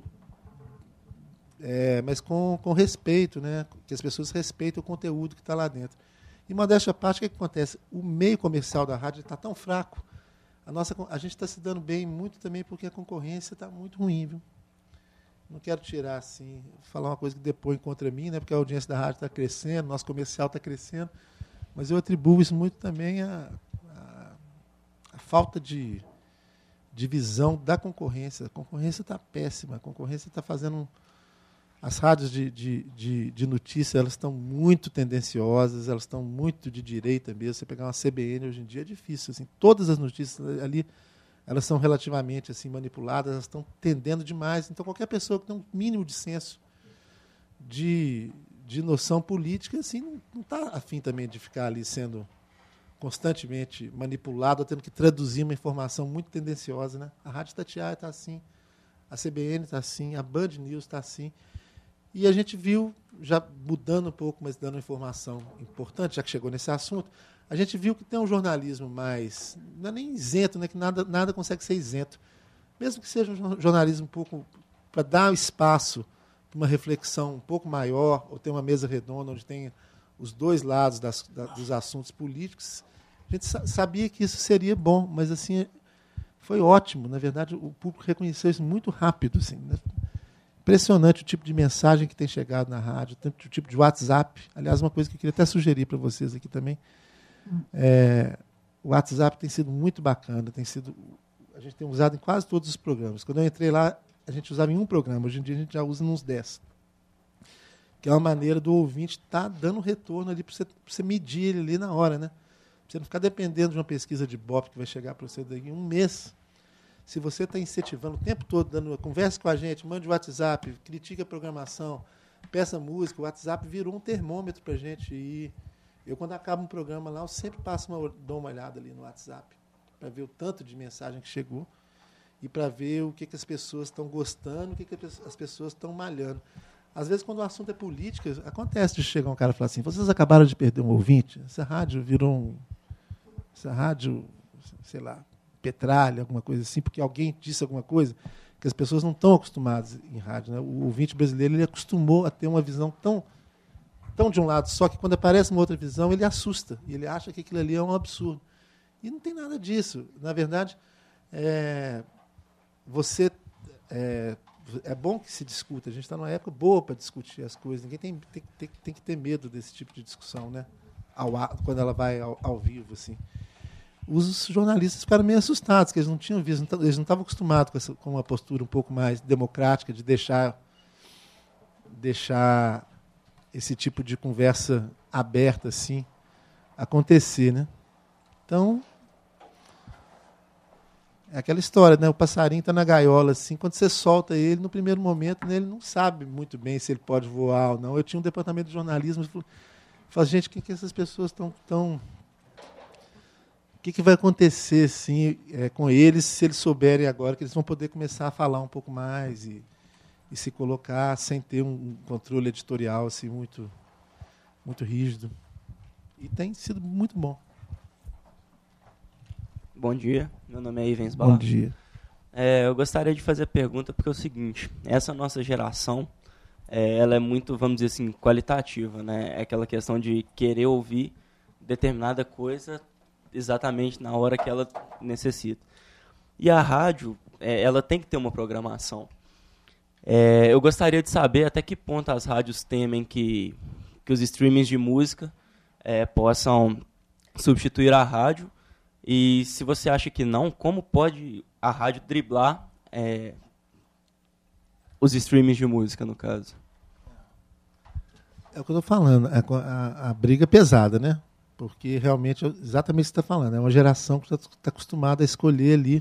é, mas com, com respeito, né? Que as pessoas respeitem o conteúdo que está lá dentro. E, modéstia à parte, o que, que acontece? O meio comercial da rádio está tão fraco. A, nossa, a gente está se dando bem muito também porque a concorrência está muito ruim, viu? Não quero tirar, assim, falar uma coisa que depõe contra mim, né? Porque a audiência da rádio está crescendo, nosso comercial está crescendo, mas eu atribuo isso muito também à, à, à falta de, de visão da concorrência. A concorrência está péssima, a concorrência está fazendo... Um, as rádios de, de, de, de notícia, elas estão muito tendenciosas, elas estão muito de direita mesmo. Você pegar uma C B N hoje em dia é difícil. Assim, todas as notícias ali, elas são relativamente assim manipuladas, elas estão tendendo demais. Então, qualquer pessoa que tem um mínimo de senso de, de noção política assim, não está afim também de ficar ali sendo constantemente manipulado, tendo que traduzir uma informação muito tendenciosa. Né? A Rádio Itatiaia está assim, a C B N está assim, a Band News está assim. E a gente viu, já mudando um pouco, mas dando informação importante, já que chegou nesse assunto, a gente viu que tem um jornalismo mais, não é nem isento, né, que nada, nada consegue ser isento. Mesmo que seja um jornalismo um pouco para dar espaço para uma reflexão um pouco maior, ou ter uma mesa redonda onde tem os dois lados das, da, dos assuntos políticos, a gente sabia que isso seria bom, mas assim foi ótimo. Na verdade, o público reconheceu isso muito rápido. Assim, né? Impressionante o tipo de mensagem que tem chegado na rádio, tanto o tipo de WhatsApp. Aliás, uma coisa que eu queria até sugerir para vocês aqui também. É, o WhatsApp tem sido muito bacana, tem sido, a gente tem usado em quase todos os programas. Quando eu entrei lá, a gente usava em um programa, hoje em dia a gente já usa nos dez. Que é uma maneira do ouvinte estar tá dando retorno ali para você, você medir ele ali na hora, né? Pra você não ficar dependendo de uma pesquisa de Ibope que vai chegar para você daqui em um mês. Se você está incentivando o tempo todo, dando conversa com a gente, mande o WhatsApp, critique a programação, peça música, o WhatsApp virou um termômetro para a gente ir. Eu, quando acabo um programa lá, eu sempre passo uma, dou uma olhada ali no WhatsApp para ver o tanto de mensagem que chegou e para ver o que, que as pessoas estão gostando, o que, que as pessoas estão malhando. Às vezes, quando o assunto é política, acontece de chegar um cara e falar assim, vocês acabaram de perder um ouvinte, essa rádio virou um... Essa rádio, sei lá, petralha, alguma coisa assim, porque alguém disse alguma coisa que as pessoas não estão acostumadas em rádio. Né? O ouvinte brasileiro ele acostumou a ter uma visão tão... tão de um lado, só que quando aparece uma outra visão, ele assusta, e ele acha que aquilo ali é um absurdo. E não tem nada disso. Na verdade, é, você é, é bom que se discuta. A gente está numa época boa para discutir as coisas. Ninguém tem, tem, tem, tem que ter medo desse tipo de discussão, né? Ao, quando ela vai ao, ao vivo. Assim. Os jornalistas ficaram meio assustados, que eles não tinham visto, eles não estavam acostumados com, essa, com uma postura um pouco mais democrática, de deixar... deixar esse tipo de conversa aberta assim acontecer, né? Então é aquela história, né? O passarinho está na gaiola assim, quando você solta ele no primeiro momento, né, ele não sabe muito bem se ele pode voar ou não. Eu tinha um departamento de jornalismo e falei, gente, o que, que essas pessoas estão tão... o que, que vai acontecer assim, é, com eles se eles souberem agora que eles vão poder começar a falar um pouco mais e e se colocar sem ter um controle editorial assim, muito, muito rígido. E tem sido muito bom. Bom dia, meu nome é Ivens Balar. Bom dia. É, eu gostaria de fazer a pergunta porque é o seguinte, essa nossa geração, é, ela é muito, vamos dizer assim, qualitativa, né? É aquela questão de querer ouvir determinada coisa exatamente na hora que ela necessita. E a rádio, é, ela tem que ter uma programação. É, eu gostaria de saber até que ponto as rádios temem que, que os streamings de música é, possam substituir a rádio. E se você acha que não, como pode a rádio driblar é, os streamings de música, no caso? É o que eu estou falando, a, a, a briga é pesada, né? Porque realmente, exatamente o que você está falando, é uma geração que está tá acostumada a escolher ali.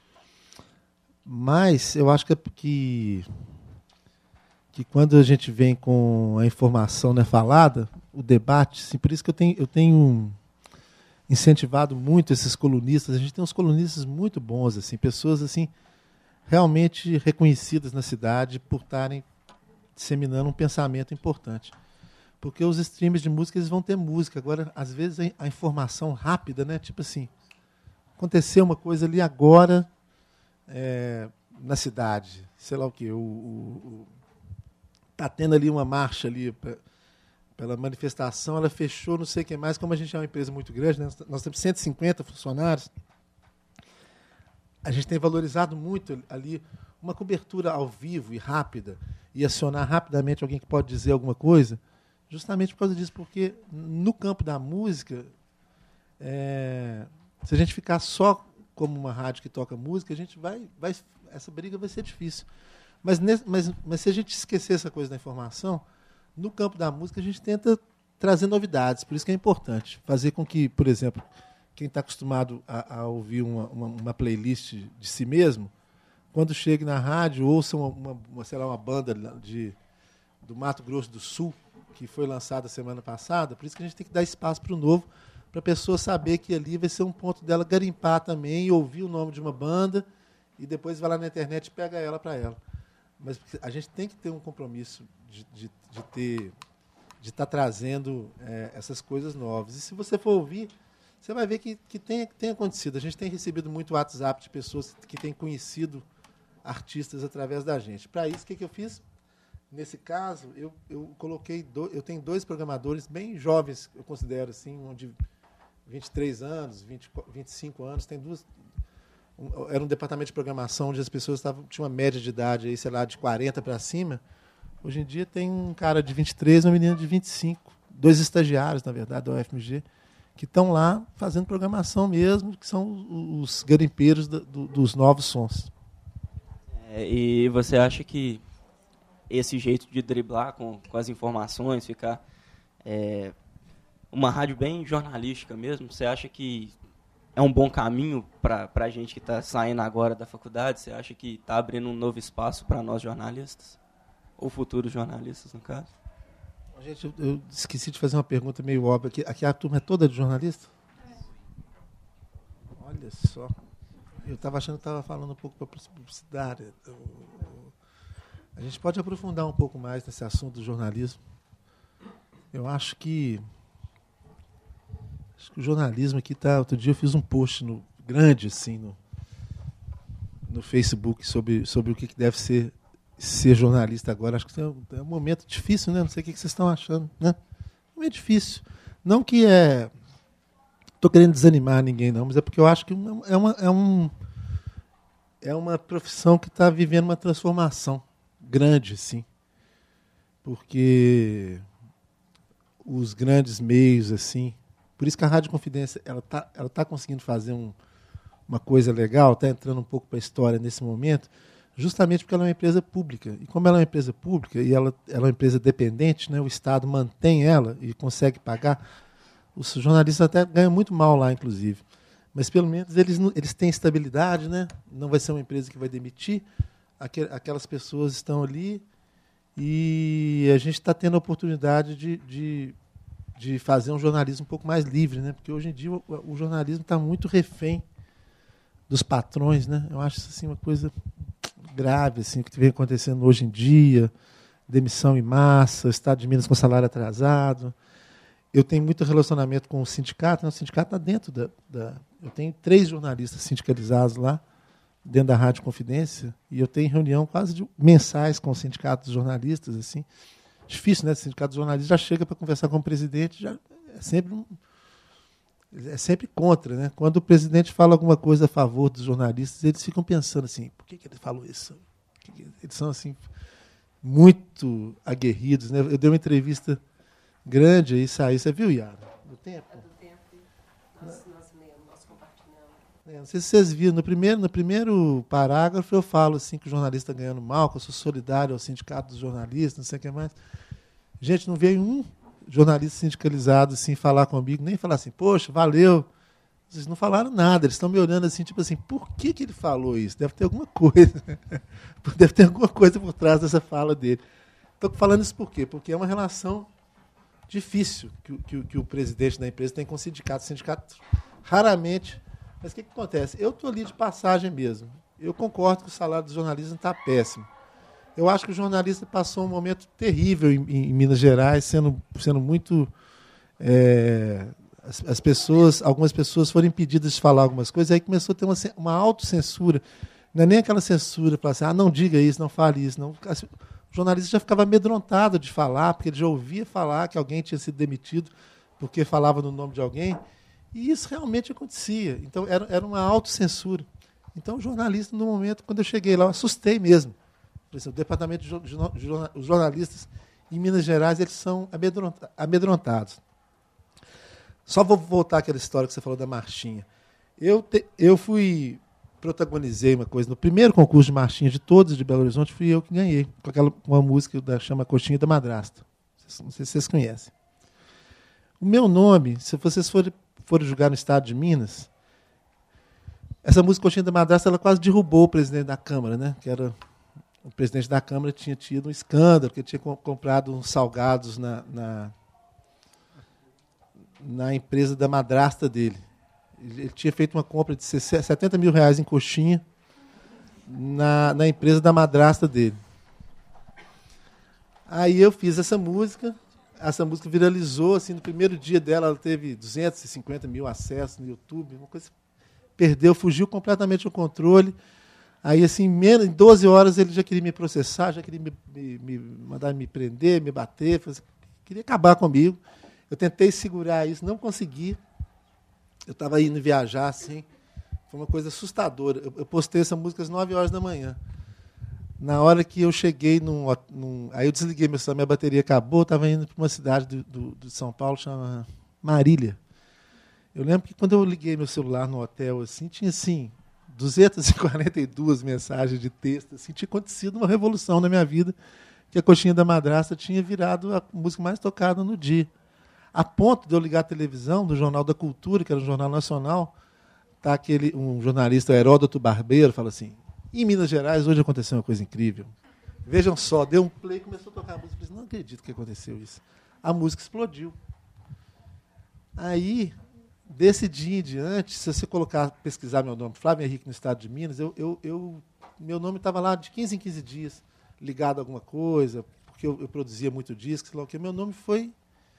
Mas eu acho que, é que, que quando a gente vem com a informação, né, falada, o debate, assim, por isso que eu tenho, eu tenho incentivado muito esses colunistas. A gente tem uns colunistas muito bons, assim, pessoas assim, realmente reconhecidas na cidade por estarem disseminando um pensamento importante. Porque os streams de música eles vão ter música. Agora, às vezes, a informação rápida, né, tipo assim, aconteceu uma coisa ali agora... É, na cidade, sei lá o que, está tendo ali uma marcha ali pra, pela manifestação, ela fechou, não sei o que mais, como a gente é uma empresa muito grande, né, nós temos cento e cinquenta funcionários, a gente tem valorizado muito ali uma cobertura ao vivo e rápida, e acionar rapidamente alguém que pode dizer alguma coisa, justamente por causa disso, porque no campo da música, é, se a gente ficar só como uma rádio que toca música, a gente vai, vai essa briga vai ser difícil. Mas, mas, mas se a gente esquecer essa coisa da informação, no campo da música a gente tenta trazer novidades. Por isso que é importante fazer com que, por exemplo, quem está acostumado a, a ouvir uma, uma, uma playlist de si mesmo, quando chegue na rádio, ouça uma, uma, uma, sei lá, uma banda de, do Mato Grosso do Sul, que foi lançada semana passada. Por isso que a gente tem que dar espaço para o novo, para a pessoa saber que ali vai ser um ponto dela garimpar também, ouvir o nome de uma banda, e depois vai lá na internet e pega ela para ela. Mas a gente tem que ter um compromisso de, de, de ter, de estar trazendo é, essas coisas novas. E se você for ouvir, você vai ver que, que tem, tem acontecido. A gente tem recebido muito WhatsApp de pessoas que têm conhecido artistas através da gente. Para isso, o que, que eu fiz? Nesse caso, eu, eu coloquei, do, eu tenho dois programadores bem jovens, eu considero assim, um de vinte e três anos, vinte, vinte e cinco anos, tem duas. Um, era um departamento de programação onde as pessoas tavam, tinham uma média de idade, aí, sei lá, de quarenta para cima. Hoje em dia tem um cara de vinte e três e uma menina de vinte e cinco, dois estagiários, na verdade, da U F M G, que estão lá fazendo programação mesmo, que são os garimpeiros do, do, dos novos sons. É, e você acha que esse jeito de driblar com, com as informações, ficar é, uma rádio bem jornalística mesmo, você acha que é um bom caminho para a gente que está saindo agora da faculdade? Você acha que está abrindo um novo espaço para nós jornalistas? Ou futuros jornalistas, no caso? Gente, eu, eu esqueci de fazer uma pergunta meio óbvia. Aqui, aqui a turma é toda de jornalista? É. Olha só. Eu estava achando que estava falando um pouco para publicidade. Eu, eu, a gente pode aprofundar um pouco mais nesse assunto do jornalismo. Eu acho que, acho que o jornalismo aqui está... Outro dia eu fiz um post no, grande assim, no, no Facebook sobre, sobre o que deve ser ser jornalista agora. Acho que é um, é um momento difícil, né? Não sei o que vocês estão achando, né? É um momento difícil. Não que é... Estou querendo desanimar ninguém, não, mas é porque eu acho que é uma, é um, é uma profissão que está vivendo uma transformação grande, sim. Porque os grandes meios, assim... Por isso que a Rádio Confidência ela está ela tá conseguindo fazer um, uma coisa legal, está entrando um pouco para a história nesse momento, justamente porque ela é uma empresa pública. E como ela é uma empresa pública e ela, ela é uma empresa dependente, né, o Estado mantém ela e consegue pagar, os jornalistas até ganham muito mal lá, inclusive. Mas, pelo menos, eles, eles têm estabilidade, né? Não vai ser uma empresa que vai demitir. Aquelas pessoas estão ali e a gente está tendo a oportunidade de, de, de fazer um jornalismo um pouco mais livre, né? Porque, hoje em dia, o, o jornalismo está muito refém dos patrões, né? Eu acho isso assim, uma coisa grave, assim, que vem acontecendo hoje em dia, demissão em massa, Estado de Minas com salário atrasado. Eu tenho muito relacionamento com o sindicato, né? O sindicato está dentro da, da... Eu tenho três jornalistas sindicalizados lá, dentro da Rádio Confidência, e eu tenho reunião quase de mensais com o sindicato dos jornalistas, assim. Difícil, né? O sindicato dos jornalistas já chega para conversar com o presidente, já é sempre um... é sempre contra, né? Quando o presidente fala alguma coisa a favor dos jornalistas, eles ficam pensando assim, por que, que ele falou isso? Eles são assim muito aguerridos, né? Eu dei uma entrevista grande aí, saiu. Você viu, Yara? Do tempo? É do tempo. Nós, nós lemos, nós compartilhamos. É, não sei se vocês viram, no primeiro, no primeiro parágrafo eu falo assim que o jornalista está ganhando mal, que eu sou solidário ao sindicato dos jornalistas, não sei o que mais. Gente, não veio um jornalista sindicalizado assim falar comigo, nem falar assim, poxa, valeu. Vocês não falaram nada, eles estão me olhando assim, tipo assim, por que, que ele falou isso? Deve ter alguma coisa. Deve ter alguma coisa por trás dessa fala dele. Estou falando isso por quê? Porque é uma relação difícil que, que, que o presidente da empresa tem com o sindicato. O sindicato raramente... Mas o que, que acontece? Eu estou ali de passagem mesmo. Eu concordo que o salário do jornalismo está péssimo. Eu acho que o jornalista passou um momento terrível em, em Minas Gerais, sendo, sendo muito... É, as, as pessoas, algumas pessoas foram impedidas de falar algumas coisas, aí começou a ter uma, uma autocensura. Não é nem aquela censura, falar assim, ah, não diga isso, não fale isso. Não. O jornalista já ficava amedrontado de falar, porque ele já ouvia falar que alguém tinha sido demitido porque falava no nome de alguém, e isso realmente acontecia. Então, era, era uma autocensura. Então, o jornalista, no momento, quando eu cheguei lá, eu assustei mesmo. Por exemplo, o departamento de jornal, os jornalistas em Minas Gerais, eles são amedrontados. Só vou voltar àquela história que você falou da marchinha. Eu, te, eu fui... protagonizei uma coisa. No primeiro concurso de marchinha de todos de Belo Horizonte, fui eu que ganhei, com aquela, uma música da chama Coxinha da Madrasta. Não sei se vocês conhecem. O meu nome, se vocês forem foram julgar no estado de Minas, essa música Coxinha da Madrasta, ela quase derrubou o presidente da Câmara, né? Que era o presidente da Câmara tinha tido um escândalo, que tinha comprado uns salgados na, na, na empresa da madrasta dele. Ele tinha feito uma compra de setenta mil reais em coxinha na, na empresa da madrasta dele. Aí eu fiz essa música, essa música viralizou, assim, no primeiro dia dela, ela teve duzentos e cinquenta mil acessos no YouTube, uma coisa, perdeu, fugiu completamente o controle. Aí, assim, em doze horas ele já queria me processar, já queria me, me, me mandar me prender, me bater, fazer, queria acabar comigo. Eu tentei segurar isso, não consegui. Eu estava indo viajar, assim, foi uma coisa assustadora. Eu, eu postei essa música às nove horas da manhã. Na hora que eu cheguei, num, num, aí eu desliguei meu celular, minha bateria acabou, estava indo para uma cidade do, do, de São Paulo, chama Marília. Eu lembro que quando eu liguei meu celular no hotel, assim, tinha assim, duzentas e quarenta e duas mensagens de texto, assim, tinha acontecido uma revolução na minha vida, que a Coxinha da Madrasta tinha virado a música mais tocada no dia. A ponto de eu ligar a televisão do Jornal da Cultura, que era um jornal nacional, tá aquele, um jornalista, Heródoto Barbeiro, fala assim, em Minas Gerais hoje aconteceu uma coisa incrível. Vejam só, deu um play e começou a tocar a música. Eu disse, não acredito que aconteceu isso. A música explodiu. Aí, desse dia em diante, se você colocar, pesquisar meu nome, Flávio Henrique, no estado de Minas, eu, eu, eu, meu nome estava lá de quinze em quinze dias, ligado a alguma coisa, porque eu, eu produzia muito disco, sei lá o quê. Meu nome foi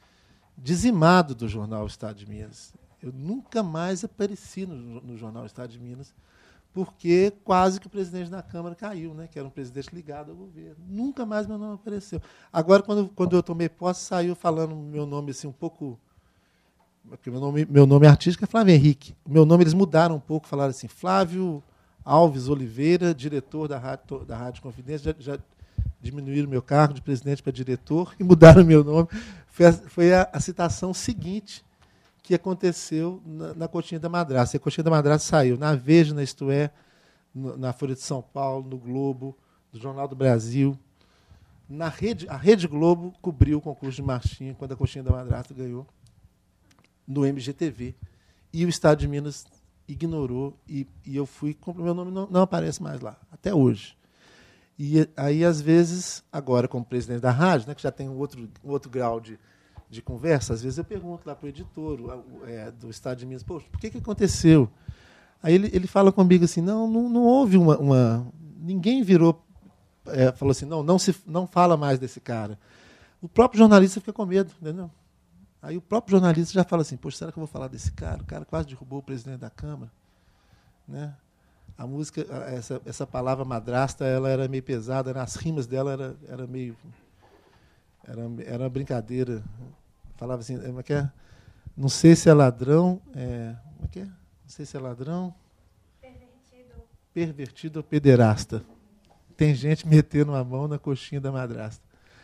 dizimado do jornal Estado de Minas. Eu nunca mais apareci no, no jornal Estado de Minas, porque quase que o presidente da Câmara caiu, né, que era um presidente ligado ao governo. Nunca mais meu nome apareceu. Agora, quando, quando eu tomei posse, saiu falando meu nome assim, um pouco... Porque meu nome, meu nome artístico é Flávio Henrique. O meu nome eles mudaram um pouco, falaram assim, Flávio Alves Oliveira, diretor da Rádio, da Rádio Confidência, já, já diminuíram o meu cargo de presidente para diretor e mudaram o meu nome. Foi a, foi a, a citação seguinte que aconteceu na, na Coxinha da Madrasta. A Coxinha da Madrasta saiu na Veja, na Isto É, no, na Folha de São Paulo, no Globo, no Jornal do Brasil. Na Rede, a Rede Globo cobriu o concurso de marchinha quando a Coxinha da Madrasta ganhou no M G T V. E o Estado de Minas ignorou e, e eu fui... Meu nome não, não aparece mais lá, até hoje. E aí, às vezes, agora, como presidente da rádio, né, que já tem um outro, um outro grau de, de conversa, às vezes eu pergunto lá para o editor é, do Estado de Minas, poxa, por que, que aconteceu? Aí ele, ele fala comigo assim, não, não, não houve uma, uma... Ninguém virou... É, falou assim, não, não, se, não fala mais desse cara. O próprio jornalista fica com medo, entendeu? Aí o próprio jornalista já fala assim, poxa, será que eu vou falar desse cara? O cara quase derrubou o presidente da Câmara. Né? A música, essa, essa palavra madrasta, ela era meio pesada, nas rimas dela era, era meio... Era, era uma brincadeira. Falava assim, como é que é? Não sei se é ladrão... É, como é que é? Não sei se é ladrão... Pervertido. Pervertido ou pederasta. Tem gente metendo a mão na coxinha da madrasta.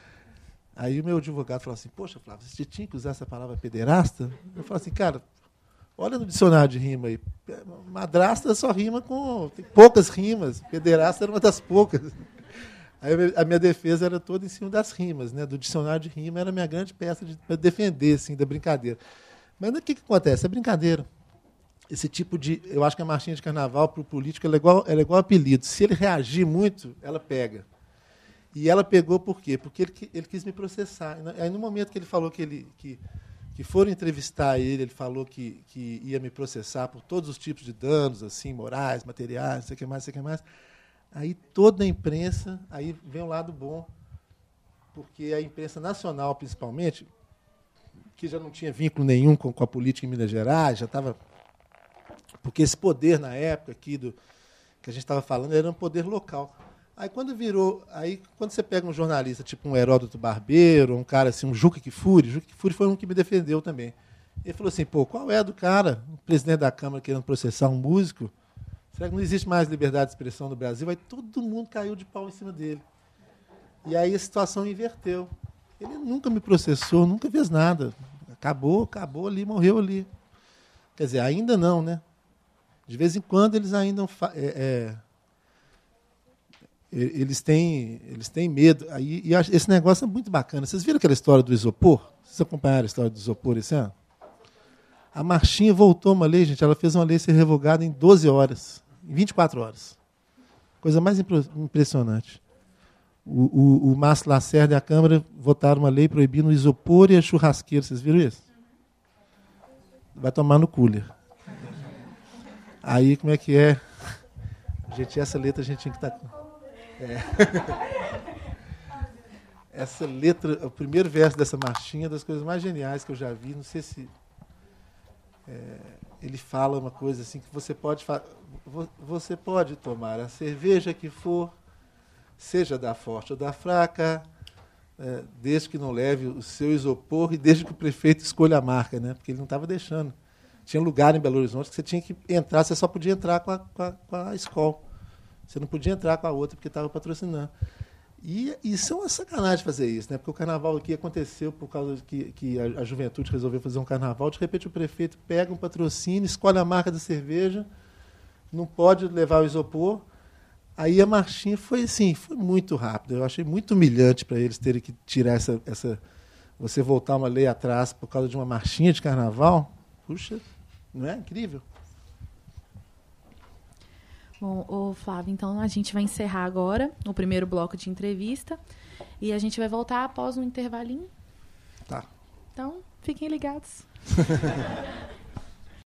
Aí o meu advogado falou assim, poxa, Flávio, você tinha que usar essa palavra pederasta? Eu falo assim, cara, olha no dicionário de rima aí. Madrasta só rima com... Tem poucas rimas. Pederasta era uma das poucas. Aí a minha defesa era toda em cima das rimas, né? Do dicionário de rima era a minha grande peça para de, defender, assim, da brincadeira. Mas o que, que acontece? É brincadeira. Esse tipo de... Eu acho que a marchinha de carnaval, para o político, ela é, igual, ela é igual apelido. Se ele reagir muito, ela pega. E ela pegou por quê? Porque ele, ele quis me processar. Aí, no momento que ele falou que, ele, que, que foram entrevistar ele, ele falou que, que ia me processar por todos os tipos de danos, assim, morais, materiais, não sei o que mais, não sei o que mais. Aí toda a imprensa, aí vem o lado bom, porque a imprensa nacional, principalmente, que já não tinha vínculo nenhum com, com a política em Minas Gerais, já estava... Porque esse poder, na época aqui do, que a gente estava falando, era um poder local. Aí quando virou, aí quando você pega um jornalista, tipo um Heródoto Barbeiro, um cara assim, um Juca Kfouri, Juca Kfouri foi um que me defendeu também. Ele falou assim, pô, qual é a do cara, o presidente da Câmara querendo processar um músico? Será que não existe mais liberdade de expressão no Brasil? Aí todo mundo caiu de pau em cima dele. E aí a situação inverteu. Ele nunca me processou, nunca fez nada. Acabou, acabou ali, morreu ali. Quer dizer, ainda não, né? De vez em quando eles ainda... É, é, Eles têm, eles têm medo. Aí, e esse negócio é muito bacana. Vocês viram aquela história do isopor? Vocês acompanharam a história do isopor esse ano? A Marchinha voltou uma lei, gente, ela fez uma lei ser revogada em doze horas, em vinte e quatro horas. Coisa mais impressionante. O, o, o Márcio Lacerda e a Câmara votaram uma lei proibindo o isopor e a churrasqueira. Vocês viram isso? Vai tomar no cooler. Aí, como é que é? Gente, essa letra a gente tinha que estar... É. Essa letra, o primeiro verso dessa marchinha é das coisas mais geniais que eu já vi. Não sei se... É, ele fala uma coisa assim que você pode... Você pode tomar a cerveja que for, seja da forte ou da fraca, é, desde que não leve o seu isopor e desde que o prefeito escolha a marca, né? Porque ele não estava deixando. Tinha lugar em Belo Horizonte que você tinha que entrar, você só podia entrar com a, com a, com a Skol. Você não podia entrar com a outra porque estava patrocinando. E isso é uma sacanagem fazer isso, né? Porque o carnaval aqui aconteceu por causa que, que a, a juventude resolveu fazer um carnaval. De repente o prefeito pega um patrocínio, escolhe a marca da cerveja, não pode levar o isopor. Aí a marchinha foi assim, foi muito rápido. Eu achei muito humilhante para eles terem que tirar essa, essa... Você voltar uma lei atrás por causa de uma marchinha de carnaval. Puxa, não é incrível? Bom, ô Flávio, então a gente vai encerrar agora o primeiro bloco de entrevista e a gente vai voltar após um intervalinho. Tá. Então, fiquem ligados.